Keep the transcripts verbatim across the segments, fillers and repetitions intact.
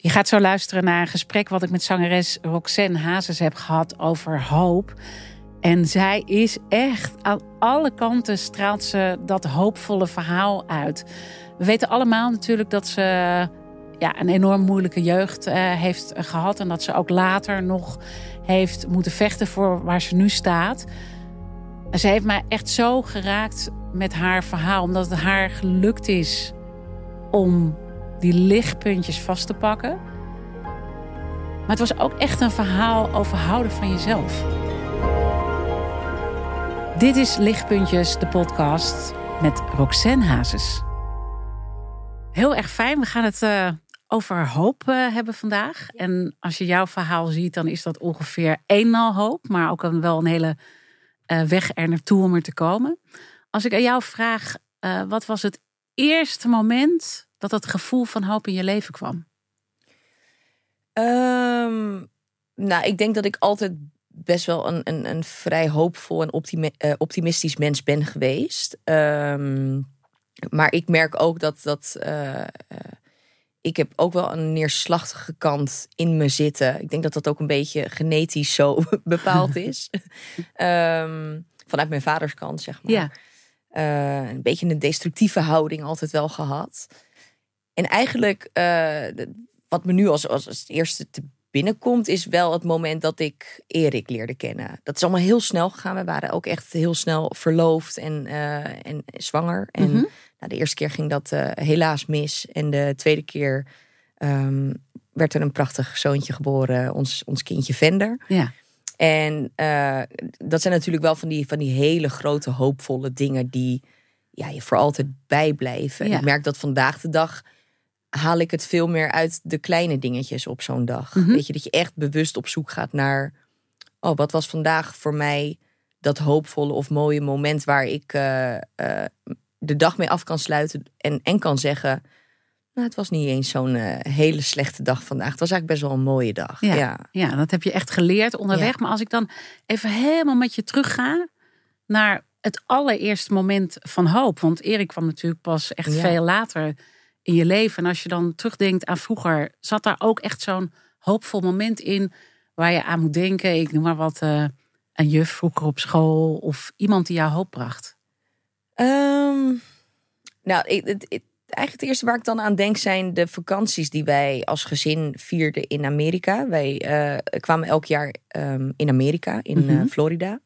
Je gaat zo luisteren naar een gesprek wat ik met zangeres Roxanne Hazes heb gehad over hoop. En zij is echt, aan alle kanten straalt ze dat hoopvolle verhaal uit. We weten allemaal natuurlijk dat ze ja, een enorm moeilijke jeugd uh, heeft gehad. En dat ze ook later nog heeft moeten vechten voor waar ze nu staat. En ze heeft mij echt zo geraakt met haar verhaal. Omdat het haar gelukt is om die lichtpuntjes vast te pakken. Maar het was ook echt een verhaal over houden van jezelf. Dit is Lichtpuntjes, de podcast met Roxanne Hazes. Heel erg fijn. We gaan het uh, over hoop uh, hebben vandaag. En als je jouw verhaal ziet, dan is dat ongeveer eenmaal hoop. Maar ook een, wel een hele uh, weg er naartoe om er te komen. Als ik aan jou vraag, uh, wat was het eerste moment dat dat gevoel van hoop in je leven kwam? Um, nou, ik denk dat ik altijd best wel een, een, een vrij hoopvol en optimi- uh, optimistisch mens ben geweest. Um, maar ik merk ook dat, dat uh, uh, ik heb ook wel een neerslachtige kant in me zitten. Ik denk dat dat ook een beetje genetisch zo bepaald is. um, vanuit mijn vaders kant, zeg maar. Ja. Uh, een beetje een destructieve houding altijd wel gehad. En eigenlijk, uh, wat me nu als, als het eerste te binnenkomt, is wel het moment dat ik Erik leerde kennen. Dat is allemaal heel snel gegaan. We waren ook echt heel snel verloofd en, uh, en zwanger. En Mm-hmm. nou, de eerste keer ging dat uh, helaas mis. En de tweede keer um, werd er een prachtig zoontje geboren. Ons, ons kindje Vender. Ja. En uh, dat zijn natuurlijk wel van die, van die hele grote hoopvolle dingen die ja, je voor altijd bijblijven. Ja. En ik merk dat vandaag de dag haal ik het veel meer uit de kleine dingetjes op zo'n dag. Mm-hmm. Weet je, dat je echt bewust op zoek gaat naar, oh, wat was vandaag voor mij dat hoopvolle of mooie moment waar ik uh, uh, de dag mee af kan sluiten en, en kan zeggen, nou, het was niet eens zo'n uh, hele slechte dag vandaag. Het was eigenlijk best wel een mooie dag. Ja, ja. ja, dat heb je echt geleerd onderweg. Ja. Maar als ik dan even helemaal met je terugga naar het allereerste moment van hoop. Want Erik kwam natuurlijk pas echt ja. veel later in je leven. En als je dan terugdenkt aan vroeger, zat daar ook echt zo'n hoopvol moment in waar je aan moet denken. Ik noem maar wat, uh, een juf vroeger op school of iemand die jou hoop bracht. Um, nou, het, het, het, eigenlijk het eerste waar ik dan aan denk zijn de vakanties die wij als gezin vierden in Amerika. Wij uh, kwamen elk jaar um, in Amerika, in mm-hmm. uh, Florida.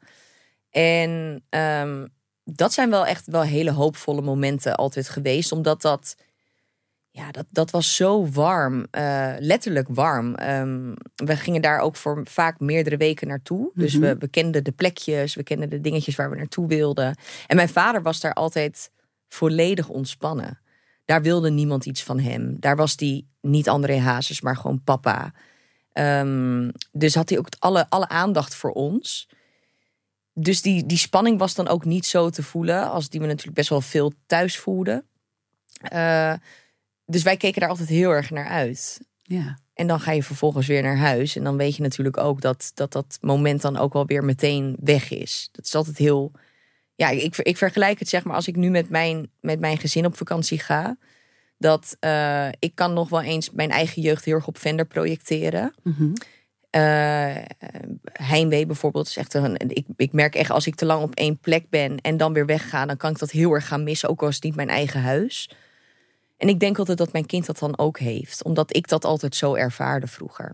En um, dat zijn wel echt wel hele hoopvolle momenten altijd geweest. Omdat dat, ja, dat, dat was zo warm. Uh, letterlijk warm. Um, we gingen daar ook voor vaak meerdere weken naartoe. Mm-hmm. Dus we, we kenden de plekjes, we kenden de dingetjes waar we naartoe wilden. En mijn vader was daar altijd volledig ontspannen. Daar wilde niemand iets van hem. Daar was die niet André Hazes, maar gewoon papa. Um, dus had hij ook alle, alle aandacht voor ons. Dus die, die spanning was dan ook niet zo te voelen als die we natuurlijk best wel veel thuis voelden. Uh, dus wij keken daar altijd heel erg naar uit. Ja. En dan ga je vervolgens weer naar huis. En dan weet je natuurlijk ook dat dat, dat moment dan ook wel weer meteen weg is. Dat is altijd heel... Ja, ik, ik vergelijk het zeg maar als ik nu met mijn, met mijn gezin op vakantie ga. Dat uh, ik kan nog wel eens mijn eigen jeugd heel erg op Vender projecteren. Mm-hmm. Uh, heimwee bijvoorbeeld is echt een, ik, ik merk echt als ik te lang op één plek ben en dan weer wegga, dan kan ik dat heel erg gaan missen, ook al is het niet mijn eigen huis. En ik denk altijd dat mijn kind dat dan ook heeft, omdat ik dat altijd zo ervaarde vroeger.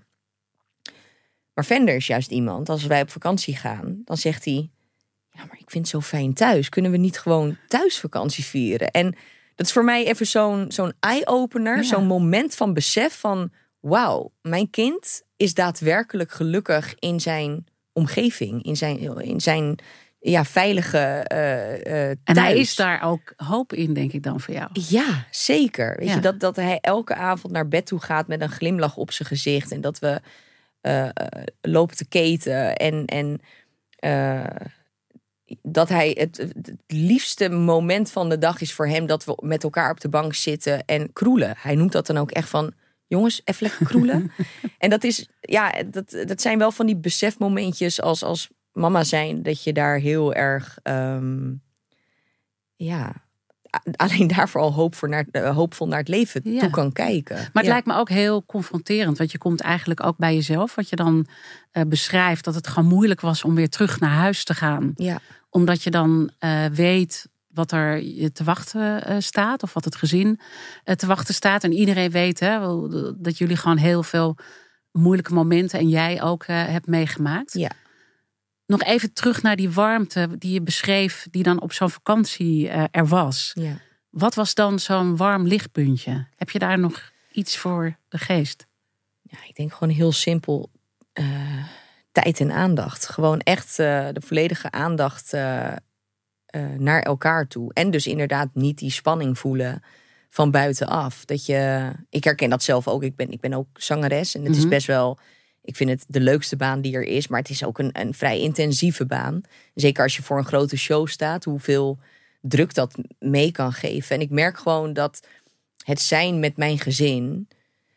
Maar Vender is juist iemand, als wij op vakantie gaan, dan zegt hij, ja, maar ik vind het zo fijn thuis. Kunnen we niet gewoon thuis vakantie vieren? En dat is voor mij even zo'n, zo'n eye-opener, ja. zo'n moment van besef van, wauw, mijn kind is daadwerkelijk gelukkig in zijn omgeving, in zijn, in zijn ja, veilige uh, uh, thuis. En hij is daar ook hoop in, denk ik dan, voor jou. Ja, zeker. Weet ja. je, dat, dat hij elke avond naar bed toe gaat met een glimlach op zijn gezicht. En dat we uh, uh, lopen te keten. En, en uh, dat hij het, het liefste moment van de dag is voor hem dat we met elkaar op de bank zitten en kroelen. Hij noemt dat dan ook echt van, jongens, even lekker kroelen. En dat is, ja, dat, dat zijn wel van die besefmomentjes als, als mama zijn, dat je daar heel erg, um, ja, alleen daarvoor al hoop voor naar, uh, hoopvol naar het leven ja. toe kan kijken. Maar het ja. lijkt me ook heel confronterend. Want je komt eigenlijk ook bij jezelf. Wat je dan uh, beschrijft. Dat het gewoon moeilijk was om weer terug naar huis te gaan. Ja. Omdat je dan uh, weet wat er je te wachten uh, staat. Of wat het gezin uh, te wachten staat. En iedereen weet hè, dat jullie gewoon heel veel moeilijke momenten. En jij ook uh, hebt meegemaakt. Ja. Nog even terug naar die warmte die je beschreef. Die dan op zo'n vakantie uh, er was. Ja. Wat was dan zo'n warm lichtpuntje? Heb je daar nog iets voor de geest? Ja, ik denk gewoon heel simpel. Uh, tijd en aandacht. Gewoon echt uh, de volledige aandacht uh, uh, naar elkaar toe. En dus inderdaad niet die spanning voelen van buitenaf. Dat je, ik herken dat zelf ook. Ik ben, ik ben ook zangeres. En het mm-hmm. is best wel... Ik vind het de leukste baan die er is. Maar het is ook een, een vrij intensieve baan. Zeker als je voor een grote show staat. Hoeveel druk dat mee kan geven. En ik merk gewoon dat het zijn met mijn gezin...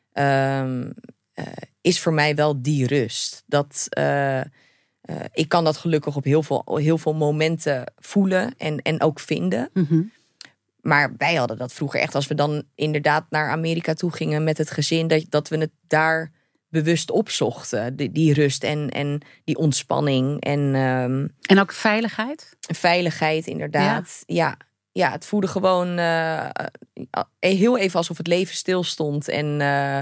Um, uh, is voor mij wel die rust. Dat, uh, uh, ik kan dat gelukkig op heel veel, heel veel momenten voelen. En, en ook vinden. Mm-hmm. Maar wij hadden dat vroeger echt. Als we dan inderdaad naar Amerika toe gingen met het gezin. Dat, dat we het daar... bewust opzochten. Die, die rust en, en die ontspanning. En, um, en ook veiligheid? Veiligheid, inderdaad. Ja, ja, ja het voelde gewoon uh, heel even alsof het leven stilstond. En uh,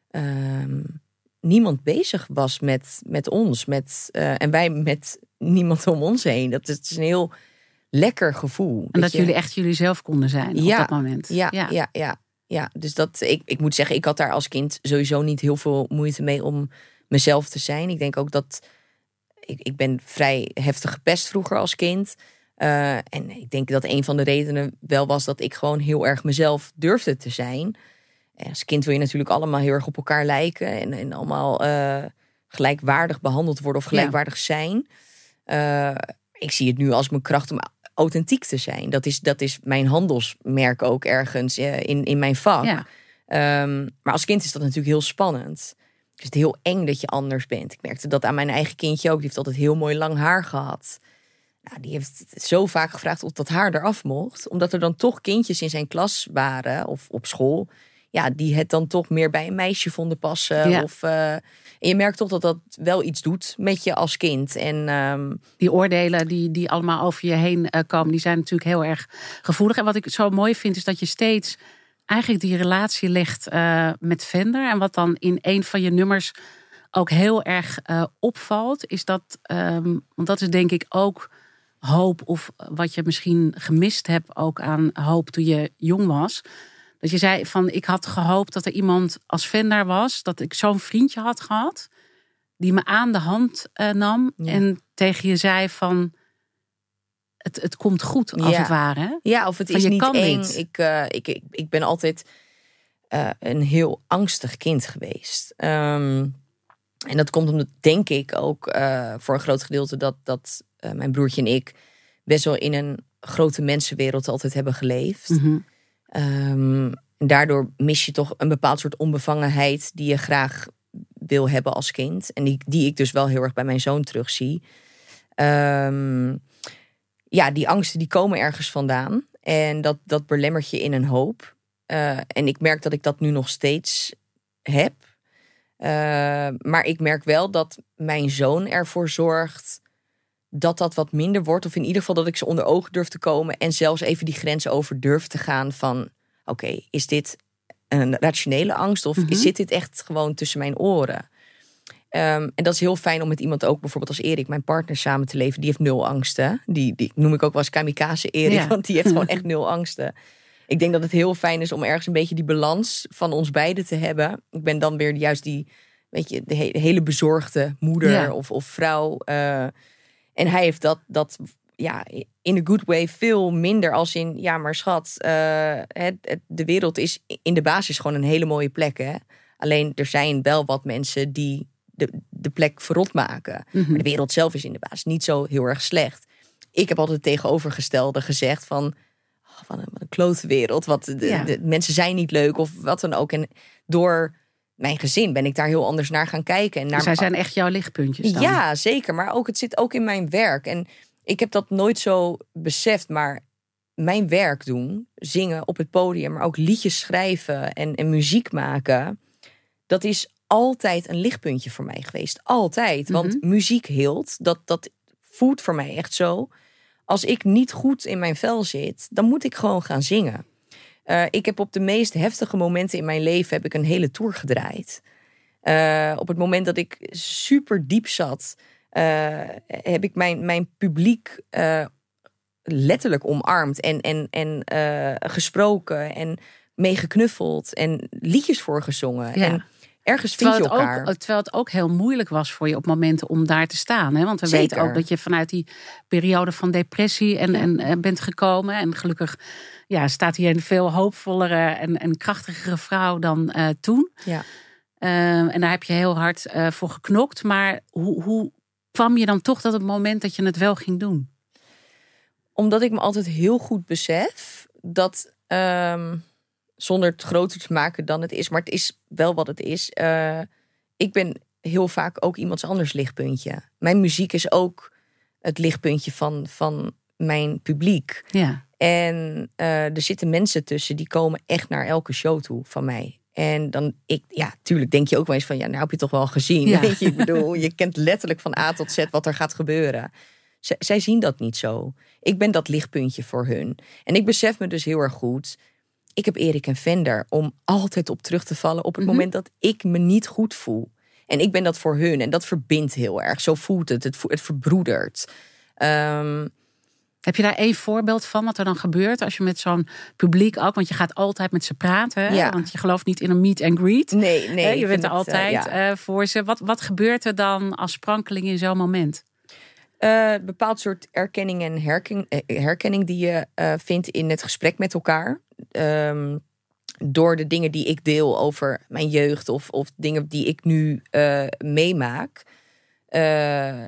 uh, niemand bezig was met, met ons. Met, uh, en wij met niemand om ons heen. Dat is, het is een heel lekker gevoel. En dat, dat je... jullie echt jullie zelf konden zijn ja, op dat moment. Ja, ja, ja. ja. Ja, dus dat ik, ik moet zeggen, ik had daar als kind sowieso niet heel veel moeite mee om mezelf te zijn. Ik denk ook dat ik, ik ben vrij heftig gepest vroeger als kind. Uh, en ik denk dat een van de redenen wel was dat ik gewoon heel erg mezelf durfde te zijn. En als kind wil je natuurlijk allemaal heel erg op elkaar lijken en, en allemaal uh, gelijkwaardig behandeld worden of gelijkwaardig ja. zijn. Uh, ik zie het nu als mijn kracht om authentiek te zijn. Dat is, dat is mijn handelsmerk ook ergens uh, in, in mijn vak. Ja. Um, maar als kind is dat natuurlijk heel spannend. Het is heel eng dat je anders bent. Ik merkte dat aan mijn eigen kindje ook. Die heeft altijd heel mooi lang haar gehad. Nou, die heeft zo vaak gevraagd of dat haar eraf mocht. Omdat er dan toch kindjes in zijn klas waren of op school. Ja, die het dan toch meer bij een meisje vonden passen. Ja. Of, uh, en je merkt toch dat dat wel iets doet met je als kind. En, um... die oordelen die, die allemaal over je heen uh, komen, die zijn natuurlijk heel erg gevoelig. En wat ik zo mooi vind is dat je steeds eigenlijk die relatie legt uh, met Fender. En wat dan in een van je nummers ook heel erg uh, opvalt, is dat, um, want dat is denk ik ook hoop, of wat je misschien gemist hebt ook aan hoop toen je jong was. Dat je zei van, ik had gehoopt dat er iemand als Fender was, dat ik zo'n vriendje had gehad, die me aan de hand uh, nam ja. en tegen je zei van, het, het komt goed als ja. het ware. Hè? Ja, of het van, is je niet kan eng. niet. Ik, uh, ik, ik, ik ben altijd uh, een heel angstig kind geweest. Um, en dat komt omdat, denk ik, ook uh, voor een groot gedeelte dat, dat uh, mijn broertje en ik best wel in een grote mensenwereld altijd hebben geleefd. Mm-hmm. Um, daardoor mis je toch een bepaald soort onbevangenheid die je graag wil hebben als kind. En die, die ik dus wel heel erg bij mijn zoon terugzie. Um, ja, die angsten die komen ergens vandaan. En dat, dat belemmert je in een hoop. Uh, en ik merk dat ik dat nu nog steeds heb. Uh, maar ik merk wel dat mijn zoon ervoor zorgt dat dat wat minder wordt. Of in ieder geval dat ik ze onder ogen durf te komen. En zelfs even die grens over durf te gaan van, oké, okay, is dit een rationele angst? Of mm-hmm. zit dit echt gewoon tussen mijn oren? Um, en dat is heel fijn om met iemand ook, bijvoorbeeld als Erik, mijn partner, samen te leven. Die heeft nul angsten. Die, die noem ik ook wel eens kamikaze Erik, ja. want die heeft gewoon echt nul angsten. Ik denk dat het heel fijn is om ergens een beetje die balans van ons beiden te hebben. Ik ben dan weer juist die, weet je, de he- hele bezorgde moeder ja. of, of vrouw. Uh, en hij heeft dat, dat, ja, in a good way veel minder als in, ja, maar schat, uh, het, het, de wereld is in de basis gewoon een hele mooie plek, hè. Alleen er zijn wel wat mensen die de, de plek verrot maken. Mm-hmm. Maar de wereld zelf is in de basis niet zo heel erg slecht. Ik heb altijd het tegenovergestelde gezegd van, oh, wat een, wat een klote wereld. Wat, de, ja. de, de mensen zijn niet leuk of wat dan ook. En door mijn gezin ben ik daar heel anders naar gaan kijken. En naar Zij zijn echt jouw lichtpuntjes dan? Ja, zeker. Maar ook, het zit ook in mijn werk. En ik heb dat nooit zo beseft. Maar mijn werk doen, zingen op het podium, maar ook liedjes schrijven en, en muziek maken, dat is altijd een lichtpuntje voor mij geweest. Altijd. Want Mm-hmm. muziek hield. Dat, dat voelt voor mij echt zo. Als ik niet goed in mijn vel zit, dan moet ik gewoon gaan zingen. Uh, ik heb op de meest heftige momenten in mijn leven heb ik een hele tour gedraaid. Uh, op het moment dat ik super diep zat, uh, heb ik mijn, mijn publiek uh, letterlijk omarmd en, en, en uh, gesproken en meegeknuffeld en liedjes voorgezongen. Ja. En ergens vind terwijl je elkaar. Het ook, terwijl het ook heel moeilijk was voor je op momenten om daar te staan. Hè? Want we Zeker. weten ook dat je vanuit die periode van depressie en, Ja. en, en bent gekomen. En gelukkig ja, staat hier een veel hoopvollere en, en krachtigere vrouw dan uh, toen. Ja. Uh, en daar heb je heel hard uh, voor geknokt. Maar hoe, hoe kwam je dan toch tot het moment dat je het wel ging doen? Omdat ik me altijd heel goed besef dat, um, zonder het groter te maken dan het is, maar het is wel wat het is. Uh, ik ben heel vaak ook iemands anders lichtpuntje. Mijn muziek is ook het lichtpuntje van, van mijn publiek. Ja. En uh, er zitten mensen tussen die komen echt naar elke show toe van mij. En dan, ik, ja, tuurlijk denk je ook wel eens van, ja, nou heb je het toch wel gezien. Ja. Weet je, ik bedoel, je kent letterlijk van A tot Z wat er gaat gebeuren. Z- zij zien dat niet zo. Ik ben dat lichtpuntje voor hun. En ik besef me dus heel erg goed, ik heb Erik en Vender om altijd op terug te vallen op het Mm-hmm. moment dat ik me niet goed voel. En ik ben dat voor hun. En dat verbindt heel erg. Zo voelt het. Het, vo- het verbroedert. Um, Heb je daar één voorbeeld van wat er dan gebeurt als je met zo'n publiek ook, want je gaat altijd met ze praten, hè? Ja. Want je gelooft niet in een meet and greet. Nee, nee. Hè? ik Je bent vind er het, uh, altijd ja. uh, voor ze. Wat, wat gebeurt er dan als sprankeling in zo'n moment? Uh, een bepaald soort erkenning en herken, herkenning die je uh, vindt in het gesprek met elkaar. Um, door de dingen die ik deel over mijn jeugd of, of dingen die ik nu uh, meemaak, uh,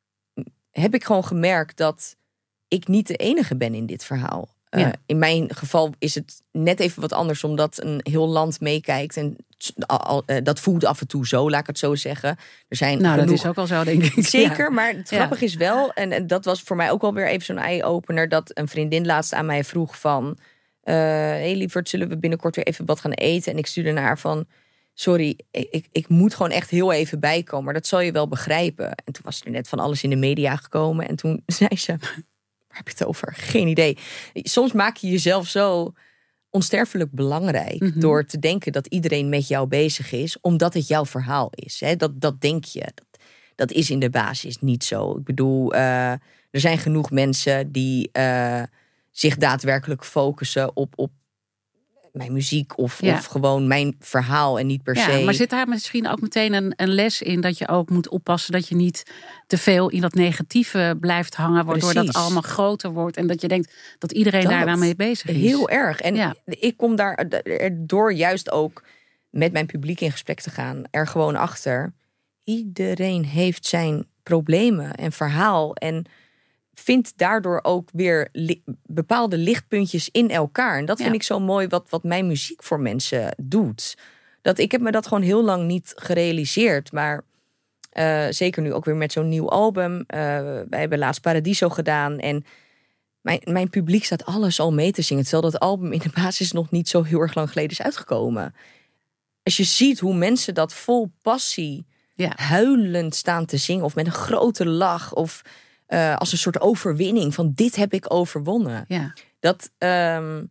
heb ik gewoon gemerkt dat ik niet de enige ben in dit verhaal. Uh, Ja. In mijn geval is het net even wat anders, omdat een heel land meekijkt. En al, al, uh, dat voelt af en toe zo, laat ik het zo zeggen. Er zijn Nou, genoeg... dat is ook wel zo, denk ik. Zeker, Ja. maar het Ja. grappige is wel, en, en dat was voor mij ook wel weer even zo'n eye-opener, dat een vriendin laatst aan mij vroeg van, uh, hey lieverd, zullen we binnenkort weer even wat gaan eten? En ik stuurde naar haar van, sorry, ik, ik moet gewoon echt heel even bijkomen, maar dat zal je wel begrijpen. En toen was er net van alles in de media gekomen en toen zei ze, waar heb je het over? Geen idee. Soms maak je jezelf zo onsterfelijk belangrijk Mm-hmm. door te denken dat iedereen met jou bezig is, omdat het jouw verhaal is. Hè? Dat, dat denk je. Dat, dat is in de basis niet zo. Ik bedoel, uh, er zijn genoeg mensen die uh, zich daadwerkelijk focussen op, op mijn muziek of, Ja. of gewoon mijn verhaal en niet per Ja, se. maar zit daar misschien ook meteen een, een les in dat je ook moet oppassen dat je niet te veel in dat negatieve blijft hangen, waardoor Precies. dat allemaal groter wordt en dat je denkt dat iedereen Dat. daar dan mee bezig is. Heel erg. En Ja. ik kom daar door juist ook met mijn publiek in gesprek te gaan, er gewoon achter. Iedereen heeft zijn problemen en verhaal en vindt daardoor ook weer li- bepaalde lichtpuntjes in elkaar. En dat vind Ja. ik zo mooi wat, wat mijn muziek voor mensen doet. Dat, ik heb me dat gewoon heel lang niet gerealiseerd. Maar uh, zeker nu ook weer met zo'n nieuw album. Uh, wij hebben laatst Paradiso gedaan. En mijn, mijn publiek staat alles al mee te zingen. Terwijl dat album in de basis nog niet zo heel erg lang geleden is uitgekomen. Als je ziet hoe mensen dat vol passie, Ja. huilend staan te zingen. Of met een grote lach. Of Uh, als een soort overwinning van dit heb ik overwonnen. Ja. Dat, um,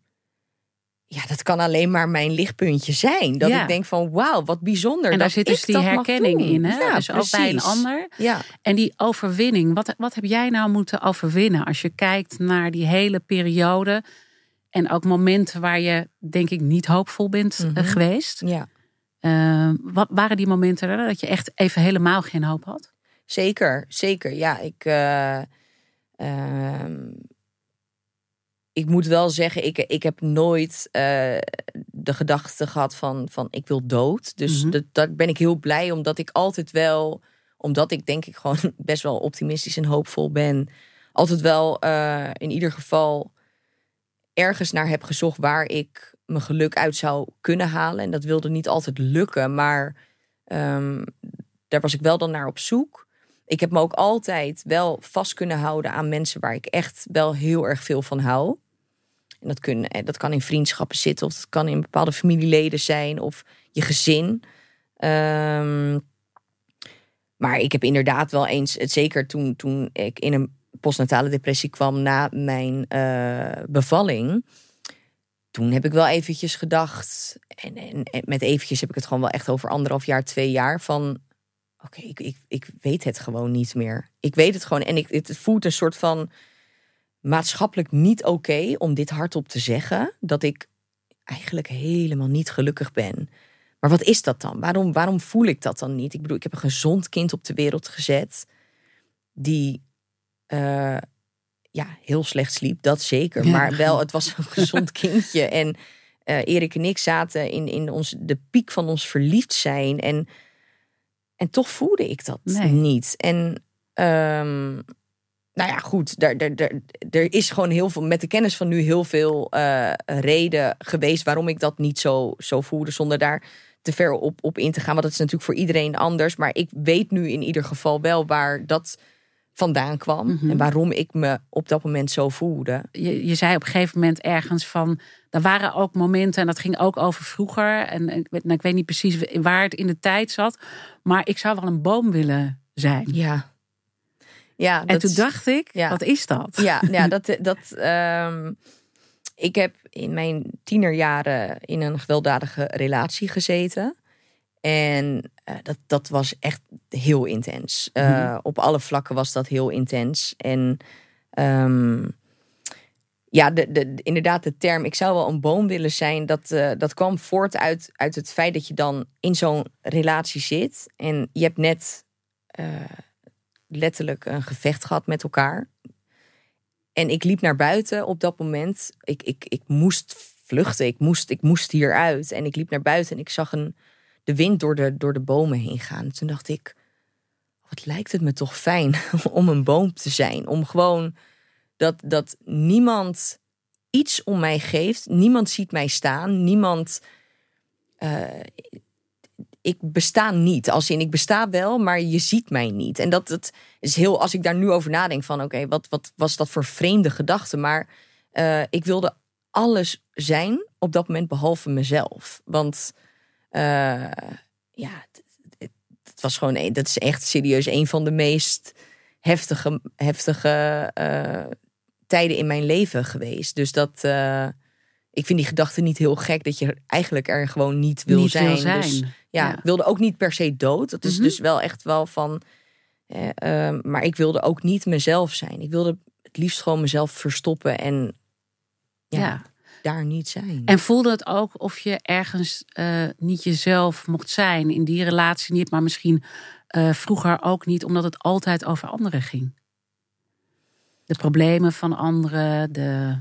ja, dat kan alleen maar mijn lichtpuntje zijn. Dat Ja. ik denk van wauw, wat bijzonder. En daar dat zit ik dus die dat mag herkenning doen. in. Hè? Ja, dus ook bij een precies. ander. Ja. En die overwinning, wat, wat heb jij nou moeten overwinnen als je kijkt naar die hele periode en ook momenten waar je denk ik niet hoopvol bent Mm-hmm. uh, geweest? Ja. Uh, wat waren die momenten er dat je echt even helemaal geen hoop had? Zeker, zeker. Ja, ik, uh, uh, ik moet wel zeggen, ik, ik heb nooit uh, de gedachte gehad van, van ik wil dood. Dus Mm-hmm. dat, daar ben ik heel blij, omdat ik altijd wel, omdat ik denk ik gewoon best wel optimistisch en hoopvol ben, altijd wel uh, in ieder geval ergens naar heb gezocht waar ik mijn geluk uit zou kunnen halen. En dat wilde niet altijd lukken, maar um, daar was ik wel dan naar op zoek. Ik heb me ook altijd wel vast kunnen houden aan mensen waar ik echt wel heel erg veel van hou. En dat, kun, dat kan in vriendschappen zitten of dat kan in bepaalde familieleden zijn of je gezin. Um, maar ik heb inderdaad wel eens, het zeker toen, toen ik in een postnatale depressie kwam na mijn uh, bevalling. Toen heb ik wel eventjes gedacht, en, en, en met eventjes heb ik het gewoon wel echt over anderhalf jaar, twee jaar, van oké, okay, ik, ik, ik weet het gewoon niet meer. Ik weet het gewoon en ik, het voelt een soort van maatschappelijk niet oké okay om dit hardop te zeggen, dat ik eigenlijk helemaal niet gelukkig ben. Maar wat is dat dan? Waarom, waarom voel ik dat dan niet? Ik bedoel, ik heb een gezond kind op de wereld gezet die uh, ja, heel slecht sliep, dat zeker. Ja. Maar wel, het was een gezond kindje. En uh, Erik en ik zaten in, in ons, de piek van ons verliefd zijn. En, en toch voelde ik dat nee. niet. En um, nou ja, goed, daar, daar, daar, er is gewoon heel veel, met de kennis van nu, heel veel uh, reden geweest waarom ik dat niet zo, zo voelde, zonder daar te ver op, op in te gaan. Want dat is natuurlijk voor iedereen anders. Maar ik weet nu in ieder geval wel waar dat vandaan kwam. Mm-hmm. En waarom ik me op dat moment zo voelde. Je, je zei op een gegeven moment ergens van, er waren ook momenten, en dat ging ook over vroeger. En, en nou, ik weet niet precies waar het in de tijd zat. Maar ik zou wel een boom willen zijn. Ja. Ja, en dat, toen dacht ik, ja. Wat is dat? Ja, ja dat... dat um, ik heb in mijn tienerjaren in een gewelddadige relatie gezeten. En uh, dat, dat was echt heel intens. Uh, mm-hmm. Op alle vlakken was dat heel intens. En um, ja, de, de, inderdaad de term, ik zou wel een boom willen zijn, dat, uh, dat kwam voort uit, uit het feit dat je dan in zo'n relatie zit. En je hebt net uh, letterlijk een gevecht gehad met elkaar. En ik liep naar buiten op dat moment. Ik, ik, ik moest vluchten, ik moest, ik moest hieruit. En ik liep naar buiten en ik zag een, de wind door de, door de bomen heen gaan. Toen dacht ik, wat lijkt het me toch fijn om een boom te zijn. Om gewoon dat, dat niemand iets om mij geeft. Niemand ziet mij staan. Niemand... Uh, ik besta niet. Als in, ik besta wel, maar je ziet mij niet. En dat, dat is heel... Als ik daar nu over nadenk van, oké, okay, wat, wat was dat voor vreemde gedachte? Maar uh, ik wilde alles zijn op dat moment behalve mezelf. Want uh, ja, het, het was gewoon... Dat is echt serieus een van de meest heftige, heftige uh, tijden in mijn leven geweest. Dus dat... Uh, ik vind die gedachte niet heel gek, dat je eigenlijk er gewoon niet wil niet zijn. Wil zijn. Dus ja, ja, ik wilde ook niet per se dood. Dat is mm-hmm. dus wel echt wel van... Eh, uh, maar ik wilde ook niet mezelf zijn. Ik wilde het liefst gewoon mezelf verstoppen en ja, ja. daar niet zijn. En voelde het ook of je ergens uh, niet jezelf mocht zijn in die relatie niet, maar misschien uh, vroeger ook niet, omdat het altijd over anderen ging? De problemen van anderen, de...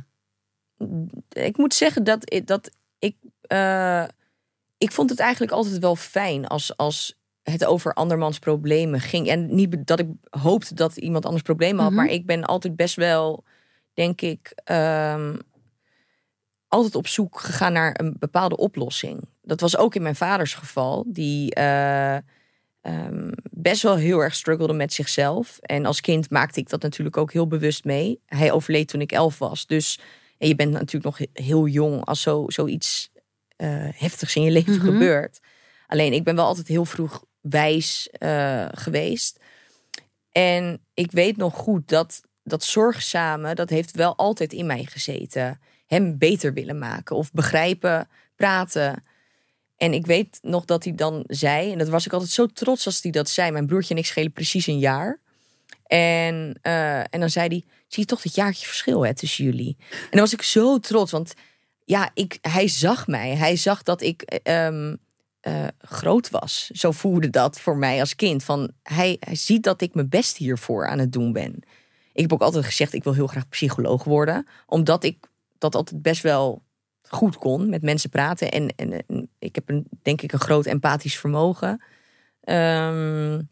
Ik moet zeggen dat, dat ik... Uh, ik vond het eigenlijk altijd wel fijn als, als het over andermans problemen ging. En niet dat ik hoopte dat iemand anders problemen had. Mm-hmm. Maar ik ben altijd best wel, denk ik... Um, altijd op zoek gegaan naar een bepaalde oplossing. Dat was ook in mijn vaders geval. Die uh, um, best wel heel erg struggelde met zichzelf. En als kind maakte ik dat natuurlijk ook heel bewust mee. Hij overleed toen ik elf was. Dus... En je bent natuurlijk nog heel jong als zo, zoiets uh, heftigs in je leven mm-hmm. gebeurt. Alleen ik ben wel altijd heel vroeg wijs uh, geweest. En ik weet nog goed dat dat zorgzame, dat heeft wel altijd in mij gezeten. Hem beter willen maken of begrijpen, praten. En ik weet nog dat hij dan zei, en dat was ik altijd zo trots als hij dat zei. Mijn broertje en ik schelen precies een jaar. En, uh, en dan zei hij, zie je toch dat jaartje verschil hè, tussen jullie? En dan was ik zo trots, want ja, ik, hij zag mij. Hij zag dat ik um, uh, groot was. Zo voelde dat voor mij als kind. Van, hij, hij ziet dat ik mijn best hiervoor aan het doen ben. Ik heb ook altijd gezegd, ik wil heel graag psycholoog worden. Omdat ik dat altijd best wel goed kon, met mensen praten. En, en, en ik heb een, denk ik een groot empathisch vermogen. Um,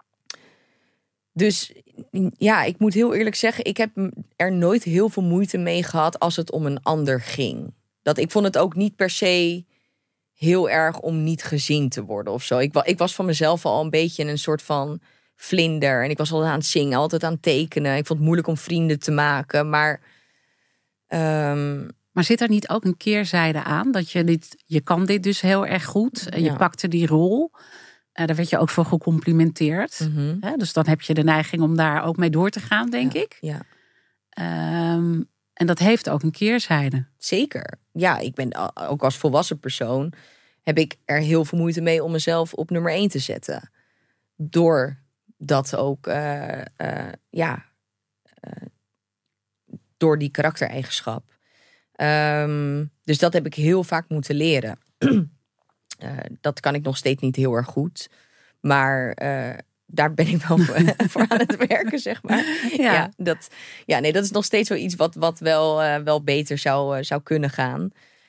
Dus ja, ik moet heel eerlijk zeggen, ik heb er nooit heel veel moeite mee gehad als het om een ander ging. Dat ik vond het ook niet per se heel erg om niet gezien te worden of zo. Ik, ik was van mezelf al een beetje een soort van vlinder. En ik was altijd aan het zingen, altijd aan het tekenen. Ik vond het moeilijk om vrienden te maken. Maar um, Maar zit er niet ook een keerzijde aan? Dat je dit, je kan dit dus heel erg goed. En je Ja. pakte die rol. Uh, daar werd je ook voor gecomplimenteerd. Mm-hmm. Hè? Dus dan heb je de neiging om daar ook mee door te gaan, denk ja. ik. Ja. Um, en dat heeft ook een keerzijde. Zeker. Ja, ik ben ook als volwassen persoon... heb ik er heel veel moeite mee om mezelf op nummer één te zetten. Door dat ook... Uh, uh, ja... Uh, door die karaktereigenschap. Um, dus dat heb ik heel vaak moeten leren. uh, dat kan ik nog steeds niet heel erg goed. Maar uh, daar ben ik wel voor aan het werken, zeg maar. Ja, ja, dat, ja nee, dat is nog steeds wel iets wat, wat wel, uh, wel beter zou, uh, zou kunnen gaan.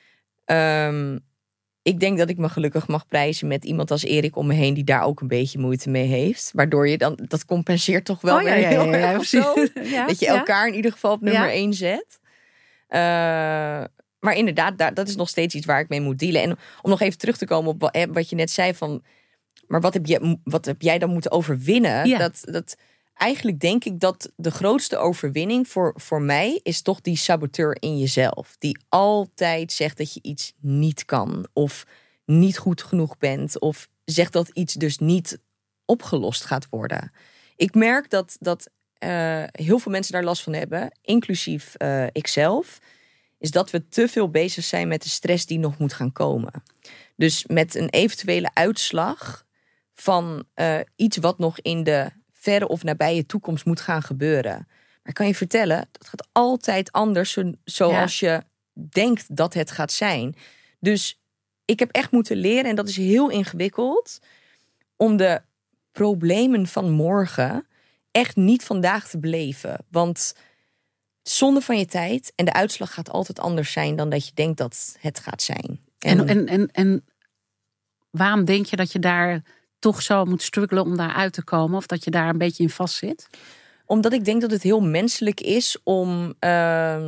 Um, ik denk dat ik me gelukkig mag prijzen met iemand als Erik om me heen... die daar ook een beetje moeite mee heeft. Waardoor je dan, dat compenseert toch wel oh, weer ja, heel ja, ja, ja, erg of zo. Ja, dat je ja. elkaar in ieder geval op nummer ja. één zet. Uh, maar inderdaad, daar, dat is nog steeds iets waar ik mee moet dealen. En om nog even terug te komen op wat, wat je net zei van... maar wat heb, je, wat heb jij dan moeten overwinnen? Ja. Dat, dat, eigenlijk denk ik dat de grootste overwinning voor, voor mij... is toch die saboteur in jezelf. Die altijd zegt dat je iets niet kan. Of niet goed genoeg bent. Of zegt dat iets dus niet opgelost gaat worden. Ik merk dat... dat Uh, heel veel mensen daar last van hebben, inclusief uh, ikzelf, is dat we te veel bezig zijn met de stress die nog moet gaan komen. Dus met een eventuele uitslag van uh, iets wat nog in de verre of nabije toekomst moet gaan gebeuren. Maar ik kan je vertellen, dat gaat altijd anders zo, zoals ja. je denkt dat het gaat zijn. Dus ik heb echt moeten leren, en dat is heel ingewikkeld, om de problemen van morgen echt niet vandaag te beleven. Want zonde van je tijd en de uitslag gaat altijd anders zijn dan dat je denkt dat het gaat zijn. En, en, en, en, en waarom denk je dat je daar toch zo moet struggelen om daar uit te komen? Of dat je daar een beetje in vast zit? Omdat ik denk dat het heel menselijk is om uh,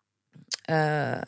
uh,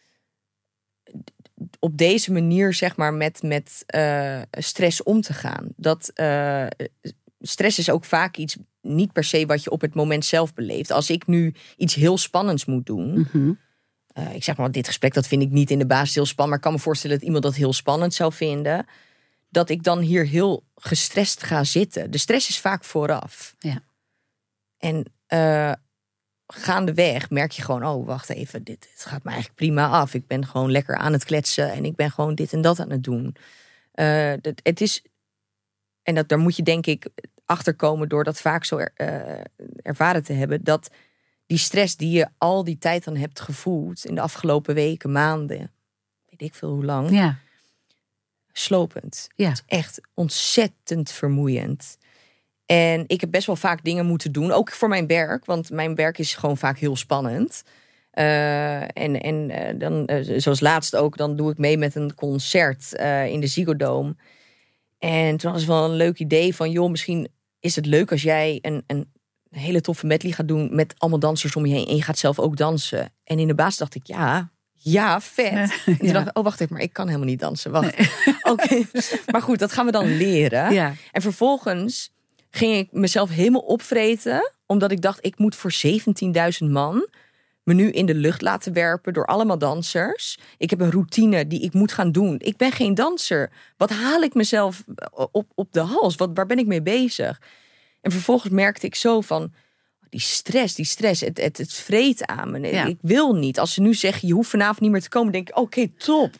op deze manier, zeg maar, met, met uh, stress om te gaan. Dat uh, stress is ook vaak iets, niet per se wat je op het moment zelf beleeft. Als ik nu iets heel spannends moet doen. Mm-hmm. Uh, ik zeg maar, dit gesprek, dat vind ik niet in de basis heel spannend. Maar ik kan me voorstellen dat iemand dat heel spannend zou vinden. Dat ik dan hier heel gestrest ga zitten. De stress is vaak vooraf. Ja. En uh, gaandeweg merk je gewoon, oh, wacht even, dit, dit gaat me eigenlijk prima af. Ik ben gewoon lekker aan het kletsen en ik ben gewoon dit en dat aan het doen. Uh, dat, het is, en dat, daar moet je denk ik achterkomen door dat vaak zo er, uh, ervaren te hebben, dat die stress die je al die tijd dan hebt gevoeld in de afgelopen weken, maanden, weet ik veel hoe lang, ja. slopend. Ja. Het is echt ontzettend vermoeiend. En ik heb best wel vaak dingen moeten doen, ook voor mijn werk, want mijn werk is gewoon vaak heel spannend. Uh, en en uh, dan, uh, zoals laatst ook, dan doe ik mee met een concert uh, in de Ziggo Dome. En toen was het wel een leuk idee van, joh, misschien is het leuk als jij een, een hele toffe medley gaat doen met allemaal dansers om je heen en je gaat zelf ook dansen. En in de basis dacht ik, ja, ja, vet. Ja. En toen dacht ik, oh, wacht even, maar ik kan helemaal niet dansen. Wacht. Nee. Oké, okay. Maar goed, dat gaan we dan leren. Ja. En vervolgens ging ik mezelf helemaal opvreten, omdat ik dacht, ik moet voor zeventienduizend man me nu in de lucht laten werpen door allemaal dansers. Ik heb een routine die ik moet gaan doen. Ik ben geen danser. Wat haal ik mezelf op, op de hals? Wat, waar ben ik mee bezig? En vervolgens merkte ik zo van, die stress, die stress, het, het, het vreet aan me. Ja. Ik wil niet. Als ze nu zeggen, je hoeft vanavond niet meer te komen, denk ik, oké, okay, top.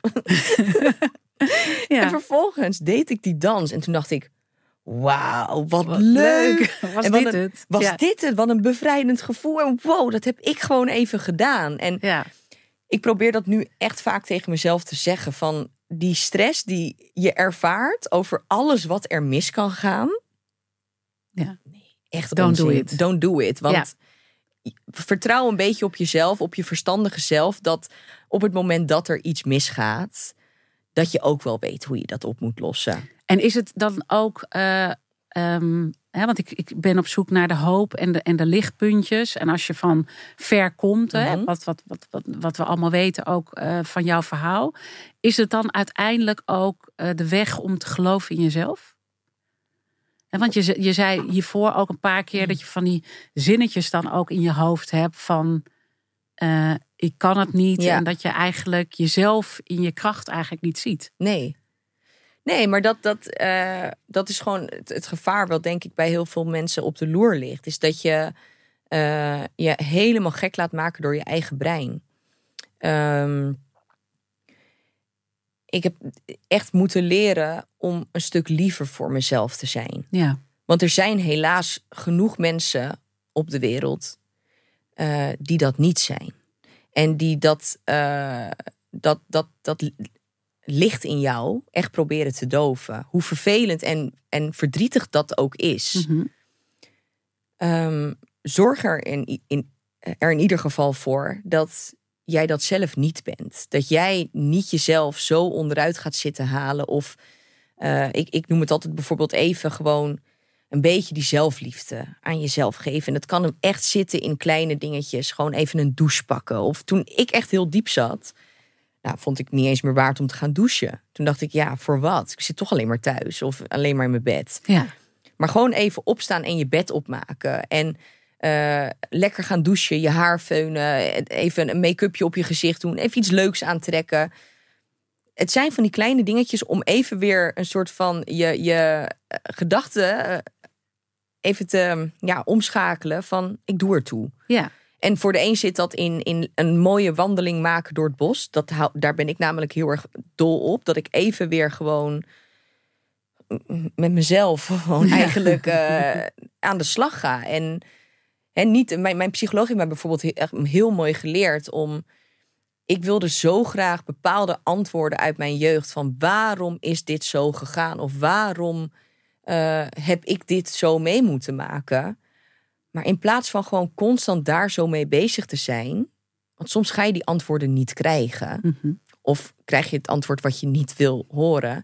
Ja. En vervolgens deed ik die dans en toen dacht ik, wauw, wat, wat leuk. leuk. Was en dit een, het? Was ja. dit het? Wat een bevrijdend gevoel. En wow, dat heb ik gewoon even gedaan. En ja. ik probeer dat nu echt vaak tegen mezelf te zeggen. Van die stress die je ervaart over alles wat er mis kan gaan. Ja. Nee, echt Don't onzin. do it. Don't do it. Want ja. vertrouw een beetje op jezelf, op je verstandige zelf. Dat op het moment dat er iets misgaat, dat je ook wel weet hoe je dat op moet lossen. En is het dan ook, uh, um, hè, want ik, ik ben op zoek naar de hoop en de, en de lichtpuntjes. En als je van ver komt, mm-hmm. hè, wat, wat, wat, wat, wat we allemaal weten ook uh, van jouw verhaal. Is het dan uiteindelijk ook uh, de weg om te geloven in jezelf? En want je, je zei hiervoor ook een paar keer dat je van die zinnetjes dan ook in je hoofd hebt van, Uh, ik kan het niet. Ja. En dat je eigenlijk jezelf in je kracht eigenlijk niet ziet. Nee. Nee, maar dat, dat, uh, dat is gewoon het, het gevaar wat denk ik bij heel veel mensen op de loer ligt. Is dat je uh, je helemaal gek laat maken door je eigen brein. Um, ik heb echt moeten leren om een stuk liever voor mezelf te zijn. Ja. Want er zijn helaas genoeg mensen op de wereld uh, die dat niet zijn. En die dat, uh, dat, dat, dat licht in jou echt proberen te doven. Hoe vervelend en, en verdrietig dat ook is. Mm-hmm. Um, zorg er in, in, er in ieder geval voor dat jij dat zelf niet bent. Dat jij niet jezelf zo onderuit gaat zitten halen. Of uh, ik, ik noem het altijd bijvoorbeeld even gewoon een beetje die zelfliefde aan jezelf geven. En dat kan hem echt zitten in kleine dingetjes. Gewoon even een douche pakken. Of toen ik echt heel diep zat, nou, vond ik het niet eens meer waard om te gaan douchen. Toen dacht ik, ja, voor wat? Ik zit toch alleen maar thuis of alleen maar in mijn bed. Ja. Maar gewoon even opstaan en je bed opmaken. En uh, lekker gaan douchen, je haar feunen. Even een make-upje op je gezicht doen. Even iets leuks aantrekken. Het zijn van die kleine dingetjes om even weer een soort van je, je gedachten even te ja, omschakelen van ik doe ertoe. Ja. En voor de een zit dat in, in een mooie wandeling maken door het bos. Dat, daar ben ik namelijk heel erg dol op. Dat ik even weer gewoon met mezelf gewoon eigenlijk uh, aan de slag ga. En, en niet, mijn, mijn psycholoog heeft mij bijvoorbeeld heel, heel mooi geleerd om... Ik wilde zo graag bepaalde antwoorden uit mijn jeugd van waarom is dit zo gegaan? Of waarom uh, heb ik dit zo mee moeten maken? Maar in plaats van gewoon constant daar zo mee bezig te zijn, want soms ga je die antwoorden niet krijgen. Mm-hmm. Of krijg je het antwoord wat je niet wil horen.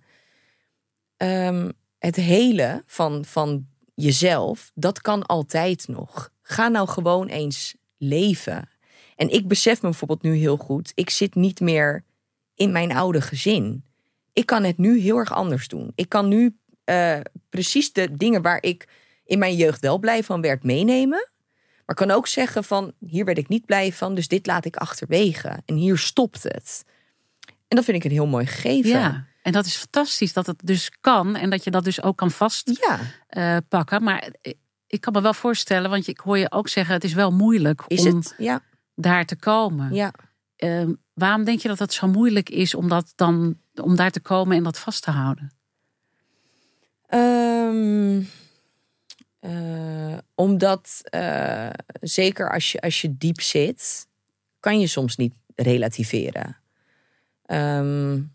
Um, het hele van, van jezelf, dat kan altijd nog. Ga nou gewoon eens leven. En ik besef me bijvoorbeeld nu heel goed, ik zit niet meer in mijn oude gezin. Ik kan het nu heel erg anders doen. Ik kan nu uh, precies de dingen waar ik in mijn jeugd wel blij van werd meenemen. Maar kan ook zeggen van, hier werd ik niet blij van, dus dit laat ik achterwege. En hier stopt het. En dat vind ik een heel mooi gegeven. Ja, en dat is fantastisch dat het dus kan. En dat je dat dus ook kan vastpakken. Ja. Uh, maar ik kan me wel voorstellen, want ik hoor je ook zeggen, het is wel moeilijk is om het? Ja. daar te komen. Ja. Uh, waarom denk je dat het zo moeilijk is om, dat dan, om daar te komen en dat vast te houden? Um... Uh, omdat, uh, zeker als je, als je diep zit, kan je soms niet relativeren. Um,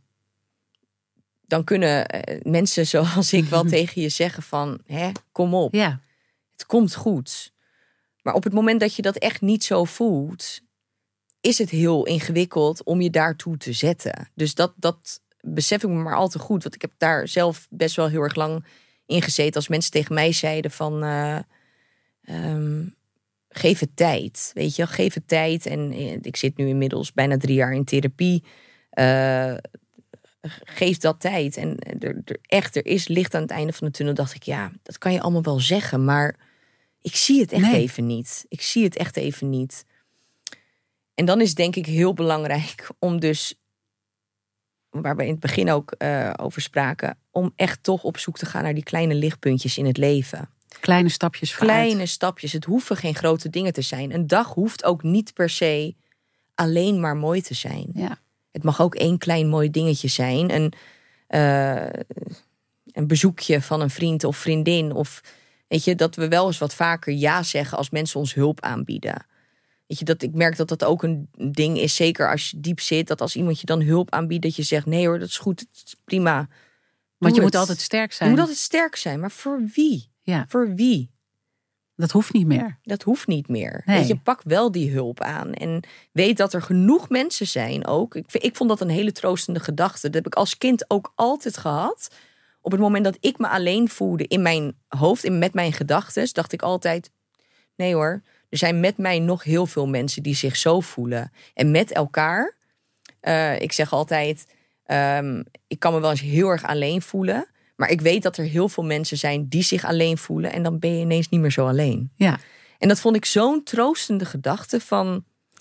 dan kunnen uh, mensen zoals ik wel tegen je zeggen van, hè, kom op, ja. Het komt goed. Maar op het moment dat je dat echt niet zo voelt, is het heel ingewikkeld om je daartoe te zetten. Dus dat, dat besef ik me maar al te goed. Want ik heb daar zelf best wel heel erg lang ingezeten als mensen tegen mij zeiden van uh, um, geef het tijd, weet je, geef het tijd. En ik zit nu inmiddels bijna drie jaar in therapie. Uh, geef dat tijd. En er, er, echt, er is licht aan het einde van de tunnel. Dacht ik, ja, dat kan je allemaal wel zeggen, maar ik zie het echt nee. even niet. Ik zie het echt even niet. En dan is het denk ik heel belangrijk om dus, waar we in het begin ook uh, over spraken, om echt toch op zoek te gaan naar die kleine lichtpuntjes in het leven. Kleine stapjes vooruit. Kleine stapjes. Het hoeven geen grote dingen te zijn. Een dag hoeft ook niet per se alleen maar mooi te zijn. Ja. Het mag ook één klein mooi dingetje zijn. Een, uh, een bezoekje van een vriend of vriendin. Of weet je, dat we wel eens wat vaker ja zeggen als mensen ons hulp aanbieden. Weet je, dat ik merk dat dat ook een ding is, zeker als je diep zit, dat als iemand je dan hulp aanbiedt, dat je zegt, nee hoor, dat is goed, het is prima. Doe Want je het. moet altijd sterk zijn. Je moet altijd sterk zijn, maar voor wie? Ja. Voor wie? Dat hoeft niet meer. Dat hoeft niet meer. Nee. Weet je, pak wel die hulp aan. En weet dat er genoeg mensen zijn ook. Ik, ik vond dat een hele troostende gedachte. Dat heb ik als kind ook altijd gehad. Op het moment dat ik me alleen voelde in mijn hoofd, in, met mijn gedachten, dacht ik altijd, nee hoor, er zijn met mij nog heel veel mensen die zich zo voelen. En met elkaar, uh, ik zeg altijd, um, ik kan me wel eens heel erg alleen voelen. Maar ik weet dat er heel veel mensen zijn die zich alleen voelen. En dan ben je ineens niet meer zo alleen. Ja. En dat vond ik zo'n troostende gedachte van,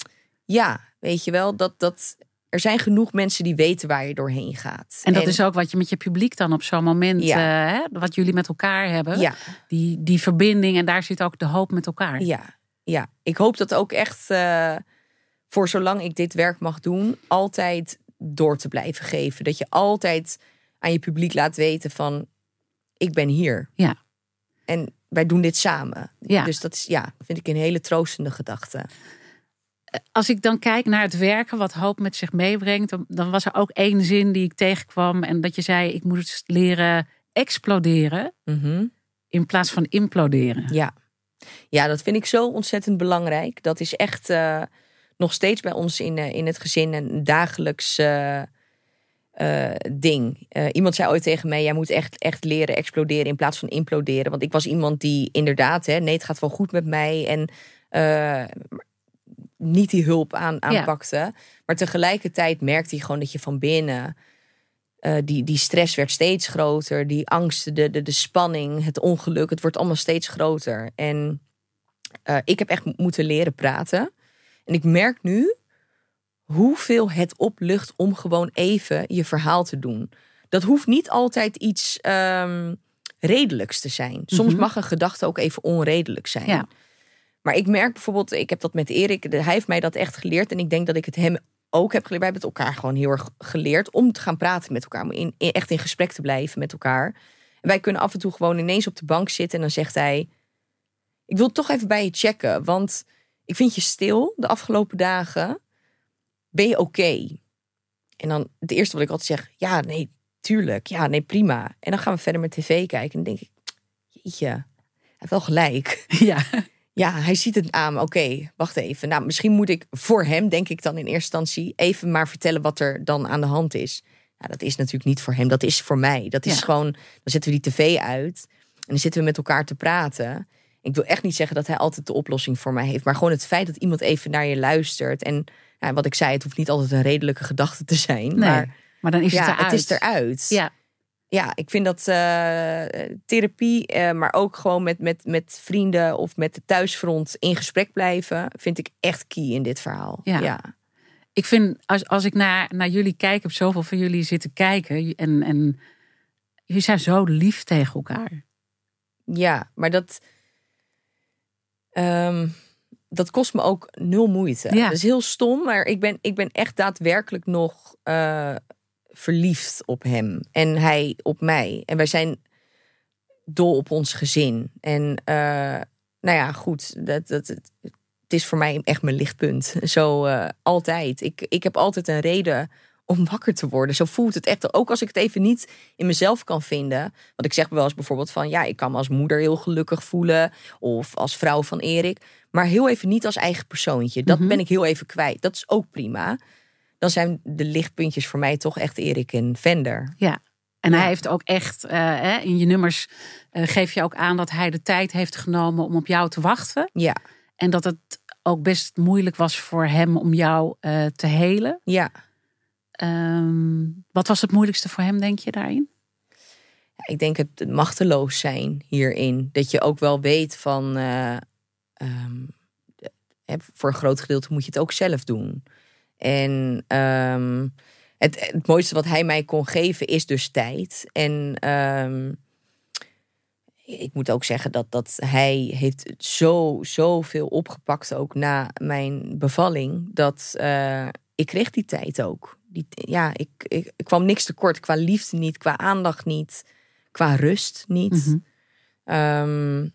Ja, weet je wel, dat, dat er zijn genoeg mensen die weten waar je doorheen gaat. En dat en, is ook wat je met je publiek dan op zo'n moment, ja. uh, hè, wat jullie met elkaar hebben. Ja. Die, die verbinding en daar zit ook de hoop met elkaar. Ja, ja. Ik hoop dat ook echt uh, voor zolang ik dit werk mag doen, altijd door te blijven geven. Dat je altijd aan je publiek laat weten van, ik ben hier. Ja. En wij doen dit samen. Ja. Dus dat is, ja, vind ik een hele troostende gedachte. Als ik dan kijk naar het werken, wat hoop met zich meebrengt, dan, dan was er ook één zin die ik tegenkwam. En dat je zei, ik moet leren exploderen Mm-hmm. in plaats van imploderen. Ja. ja, dat vind ik zo ontzettend belangrijk. Dat is echt uh, nog steeds bij ons in, uh, in het gezin een dagelijks uh, uh, ding. Uh, iemand zei ooit tegen mij, jij moet echt, echt leren exploderen in plaats van imploderen. Want ik was iemand die inderdaad, hè, nee, het gaat wel goed met mij. En uh, niet die hulp aan, aanpakte. Ja. Maar tegelijkertijd merkte hij gewoon dat je van binnen Uh, die, die stress werd steeds groter. Die angst, de, de, de spanning, het ongeluk. Het wordt allemaal steeds groter. En uh, ik heb echt moeten leren praten. En ik merk nu hoeveel het oplucht om gewoon even je verhaal te doen. Dat hoeft niet altijd iets um, redelijks te zijn. Soms mm-hmm. mag een gedachte ook even onredelijk zijn. Ja. Maar ik merk bijvoorbeeld, ik heb dat met Erik, hij heeft mij dat echt geleerd. En ik denk dat ik het hem ook heb geleerd. Wij hebben het elkaar gewoon heel erg geleerd om te gaan praten met elkaar. Om in, in, echt in gesprek te blijven met elkaar. En wij kunnen af en toe gewoon ineens op de bank zitten. En dan zegt hij, ik wil toch even bij je checken. Want ik vind je stil de afgelopen dagen. Ben je oké? Okay? En dan het eerste wat ik altijd zeg, ja, nee, tuurlijk. Ja, nee, prima. En dan gaan we verder met tv kijken. En dan denk ik, jeetje, hij heeft wel gelijk. Ja. Ja, hij ziet het aan me. Oké, okay, wacht even. Nou, misschien moet ik voor hem, denk ik dan in eerste instantie, even maar vertellen wat er dan aan de hand is. Nou, dat is natuurlijk niet voor hem. Dat is voor mij. Dat is ja. gewoon, dan zetten we die tv uit. En dan zitten we met elkaar te praten. Ik wil echt niet zeggen dat hij altijd de oplossing voor mij heeft. Maar gewoon het feit dat iemand even naar je luistert. En ja, wat ik zei, het hoeft niet altijd een redelijke gedachte te zijn. Nee, maar, maar dan is ja, het eruit. Het is eruit. Ja. Ja, ik vind dat uh, therapie, uh, maar ook gewoon met, met, met vrienden of met de thuisfront in gesprek blijven, vind ik echt key in dit verhaal. Ja. ja. Ik vind, als, als ik naar, naar jullie kijk, heb zoveel van jullie zitten kijken. En, en jullie zijn zo lief tegen elkaar. Ja, maar dat, um, dat kost me ook nul moeite. Ja. Dat is heel stom, maar ik ben, ik ben echt daadwerkelijk nog Uh, verliefd op hem en hij op mij. En wij zijn dol op ons gezin. En uh, nou ja, goed, dat, dat, het, het is voor mij echt mijn lichtpunt. Zo uh, altijd. Ik, ik heb altijd een reden om wakker te worden. Zo voelt het echt. Ook als ik het even niet in mezelf kan vinden. Want ik zeg wel eens bijvoorbeeld van, ja, ik kan me als moeder heel gelukkig voelen. Of als vrouw van Erik. Maar heel even niet als eigen persoontje. Dat mm-hmm. ben ik heel even kwijt. Dat is ook prima. Dan zijn de lichtpuntjes voor mij toch echt Erik en Vender. Ja, en ja. hij heeft ook echt, uh, in je nummers uh, geef je ook aan dat hij de tijd heeft genomen om op jou te wachten. Ja. En dat het ook best moeilijk was voor hem om jou uh, te helen. Ja. Um, wat was het moeilijkste voor hem, denk je, daarin? Ja, ik denk het, het machteloos zijn hierin. Dat je ook wel weet van, Uh, um, voor een groot gedeelte moet je het ook zelf doen. En um, het, het mooiste wat hij mij kon geven is dus tijd. En um, ik moet ook zeggen dat, dat hij heeft zo, zoveel opgepakt ook na mijn bevalling. Dat uh, ik kreeg die tijd ook. Die, ja, ik, ik, ik kwam niks tekort qua liefde niet, qua aandacht niet, qua rust niet. Mm-hmm. Um,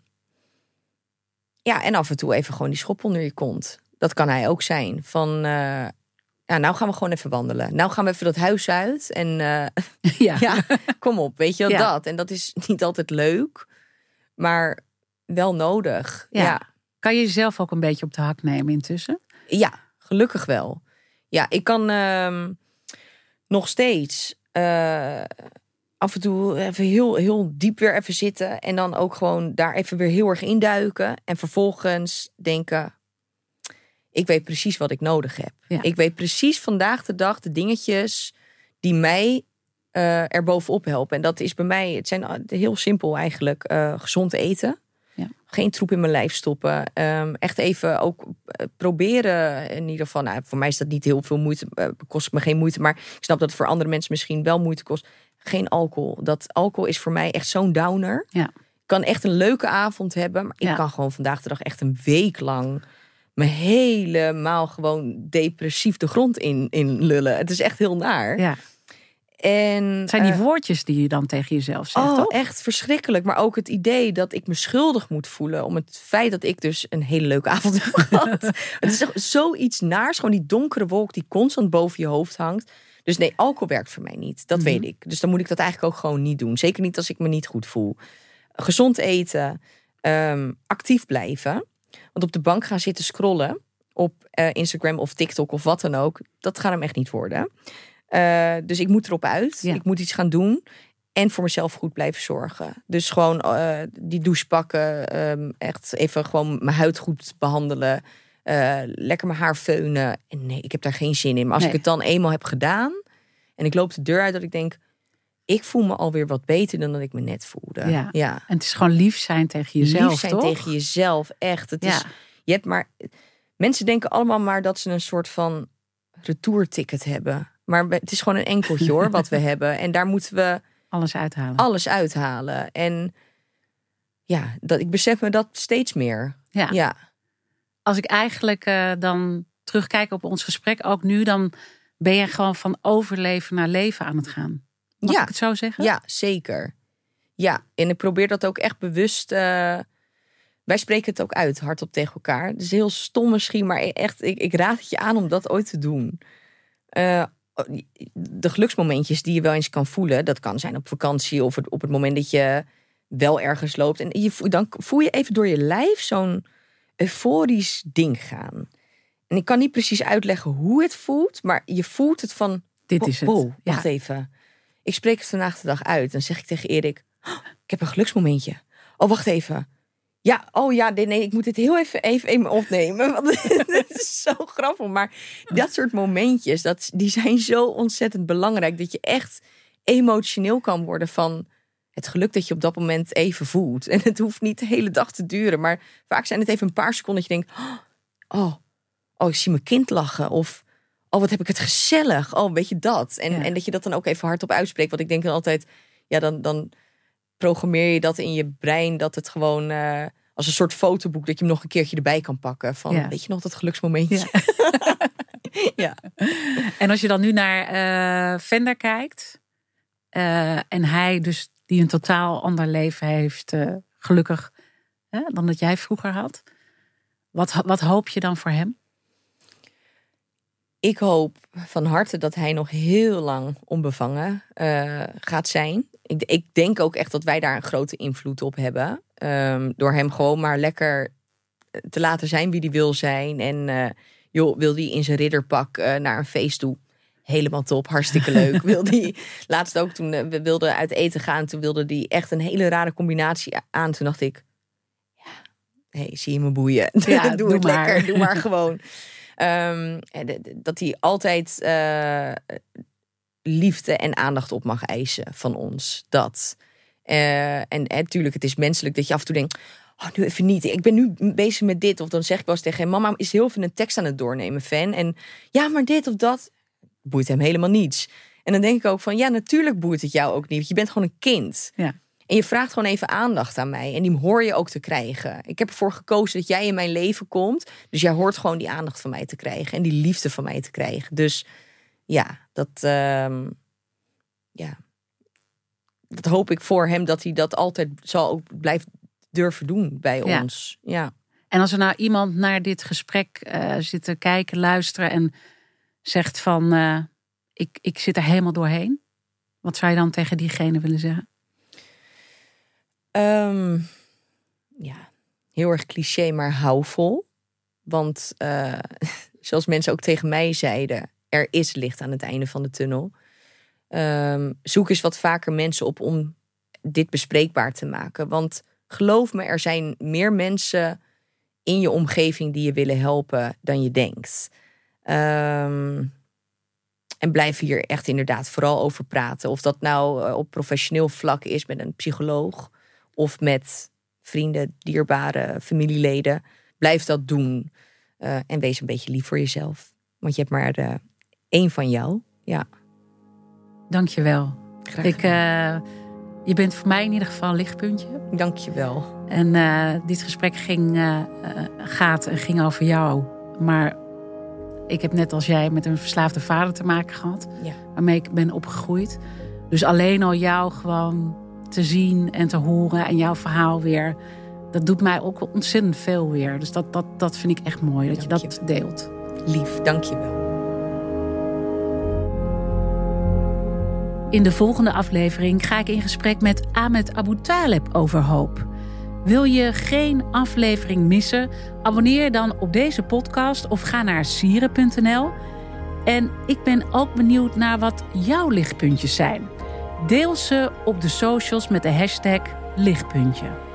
ja, en af en toe even gewoon die schop onder je kont. Dat kan hij ook zijn. Van, uh, ja, nou gaan we gewoon even wandelen. Nou gaan we even dat huis uit. En uh, ja. ja, kom op, weet je wel, ja. dat. En dat is niet altijd leuk, maar wel nodig. Ja. Ja. Kan je jezelf ook een beetje op de hak nemen intussen? Ja, gelukkig wel. Ja, ik kan uh, nog steeds Uh, af en toe even heel, heel diep weer even zitten. En dan ook gewoon daar even weer heel erg induiken. En vervolgens denken, ik weet precies wat ik nodig heb. Ja. Ik weet precies vandaag de dag de dingetjes die mij uh, er bovenop helpen. En dat is bij mij, het zijn heel simpel eigenlijk, uh, gezond eten. Ja. Geen troep in mijn lijf stoppen. Um, echt even ook proberen. In ieder geval, nou, voor mij is dat niet heel veel moeite. Uh, kost me geen moeite. Maar ik snap dat het voor andere mensen misschien wel moeite kost. Geen alcohol. Dat alcohol is voor mij echt zo'n downer. Ja. Ik kan echt een leuke avond hebben. Maar ik ja. kan gewoon vandaag de dag echt een week lang me helemaal gewoon depressief de grond in, in lullen. Het is echt heel naar. Ja. En, het zijn die uh, woordjes die je dan tegen jezelf zegt, oh, toch? Echt verschrikkelijk. Maar ook het idee dat ik me schuldig moet voelen om het feit dat ik dus een hele leuke avond heb gehad. Het is echt zoiets naars. Gewoon die donkere wolk die constant boven je hoofd hangt. Dus nee, alcohol werkt voor mij niet. Dat mm-hmm. weet ik. Dus dan moet ik dat eigenlijk ook gewoon niet doen. Zeker niet als ik me niet goed voel. Gezond eten. Um, actief blijven. Want op de bank gaan zitten scrollen op uh, Instagram of TikTok of wat dan ook. Dat gaat hem echt niet worden. Uh, dus ik moet erop uit. Ja. Ik moet iets gaan doen. En voor mezelf goed blijven zorgen. Dus gewoon uh, die douche pakken. Um, echt even gewoon mijn huid goed behandelen. Uh, lekker mijn haar feunen. En nee, ik heb daar geen zin in. Maar als nee. ik het dan eenmaal heb gedaan. En ik loop de deur uit dat ik denk. Ik voel me alweer wat beter dan dat ik me net voelde. Ja. ja. En het is gewoon lief zijn tegen jezelf, lief zijn toch? tegen jezelf, echt. Het ja. is, je hebt maar, mensen denken allemaal maar dat ze een soort van retourticket hebben. Maar het is gewoon een enkeltje hoor, wat we hebben. En daar moeten we alles uithalen. Alles uithalen. En ja, dat, ik besef me dat steeds meer. Ja. ja. Als ik eigenlijk uh, dan terugkijk op ons gesprek, ook nu, dan ben je gewoon van overleven naar leven aan het gaan. Mag ja. ik het zo zeggen? Ja, zeker. Ja, en ik probeer dat ook echt bewust. Uh, wij spreken het ook uit, hardop tegen elkaar. Het is heel stom misschien, maar echt, ik, ik raad het je aan om dat ooit te doen. Uh, de geluksmomentjes die je wel eens kan voelen, dat kan zijn op vakantie of op het moment dat je wel ergens loopt. En je, dan voel je even door je lijf zo'n euforisch ding gaan. En ik kan niet precies uitleggen hoe het voelt, maar je voelt het van, dit is het. Oh, wacht ja. even. Ik spreek het vandaag de dag uit. Dan zeg ik tegen Erik, oh, ik heb een geluksmomentje. Oh, wacht even. Ja, oh ja, nee, nee ik moet dit heel even, even, even opnemen. Want het is zo grappig. Maar dat soort momentjes, dat, die zijn zo ontzettend belangrijk. Dat je echt emotioneel kan worden van het geluk dat je op dat moment even voelt. En het hoeft niet de hele dag te duren. Maar vaak zijn het even een paar seconden dat je denkt, oh, oh ik zie mijn kind lachen. Of oh, wat heb ik het gezellig. Oh, weet je dat. En, ja. en dat je dat dan ook even hardop uitspreekt. Want ik denk dan altijd, ja, dan, dan programmeer je dat in je brein. Dat het gewoon uh, als een soort fotoboek, dat je hem nog een keertje erbij kan pakken. Van, ja. weet je nog dat geluksmomentje? Ja. ja. En als je dan nu naar uh, Vender kijkt. Uh, en hij dus, die een totaal ander leven heeft. Uh, gelukkig hè, dan dat jij vroeger had. Wat, wat hoop je dan voor hem? Ik hoop van harte dat hij nog heel lang onbevangen uh, gaat zijn. Ik, ik denk ook echt dat wij daar een grote invloed op hebben. Um, door hem gewoon maar lekker te laten zijn wie hij wil zijn. En uh, joh, wil hij in zijn ridderpak uh, naar een feest toe. Helemaal top, hartstikke leuk. Wil die, laatst ook toen uh, we wilden uit eten gaan. Toen wilde hij echt een hele rare combinatie aan. Toen dacht ik, ja, hey, zie je me boeien. Ja, doe, doe het maar. lekker, doe maar gewoon. Um, dat hij altijd uh, liefde en aandacht op mag eisen van ons. Dat. Uh, en natuurlijk, het is menselijk dat je af en toe denkt, oh, nu even niet. Ik ben nu bezig met dit. Of dan zeg ik wel eens tegen hem, mama is heel veel een tekst aan het doornemen, fan. En ja, maar dit of dat boeit hem helemaal niets. En dan denk ik ook van, ja, natuurlijk boeit het jou ook niet. Want je bent gewoon een kind. Ja. En je vraagt gewoon even aandacht aan mij. En die hoor je ook te krijgen. Ik heb ervoor gekozen dat jij in mijn leven komt. Dus jij hoort gewoon die aandacht van mij te krijgen. En die liefde van mij te krijgen. Dus ja, dat, uh, ja, dat hoop ik voor hem. Dat hij dat altijd zal ook blijven durven doen bij ja. ons. Ja. En als er nou iemand naar dit gesprek uh, zit te kijken, luisteren. En zegt van, uh, ik, ik zit er helemaal doorheen. Wat zou je dan tegen diegene willen zeggen? Um, ja, heel erg cliché, maar hou vol. Want uh, zoals mensen ook tegen mij zeiden, er is licht aan het einde van de tunnel. Um, zoek eens wat vaker mensen op om dit bespreekbaar te maken. Want geloof me, er zijn meer mensen in je omgeving die je willen helpen dan je denkt. Um, en blijf hier echt inderdaad vooral over praten. Of dat nou op professioneel vlak is met een psycholoog. Of met vrienden, dierbaren, familieleden. Blijf dat doen. Uh, en wees een beetje lief voor jezelf. Want je hebt maar uh, één van jou. Ja. Dank je wel. Graag Ik, uh, je bent voor mij in ieder geval een lichtpuntje. Dank je wel. En uh, dit gesprek ging, uh, uh, gaat en ging over jou. Maar ik heb net als jij met een verslaafde vader te maken gehad. Ja. Waarmee ik ben opgegroeid. Dus alleen al jou gewoon te zien en te horen. En jouw verhaal weer. Dat doet mij ook ontzettend veel weer. Dus dat, dat, dat vind ik echt mooi. Dat dank je dat je. deelt. Lief, dank je wel. In de volgende aflevering ga ik in gesprek met Ahmed Abu Taleb over hoop. Wil je geen aflevering missen? Abonneer dan op deze podcast of ga naar sieren punt n l. En ik ben ook benieuwd naar wat jouw lichtpuntjes zijn. Deel ze op de socials met de hashtag lichtpuntje.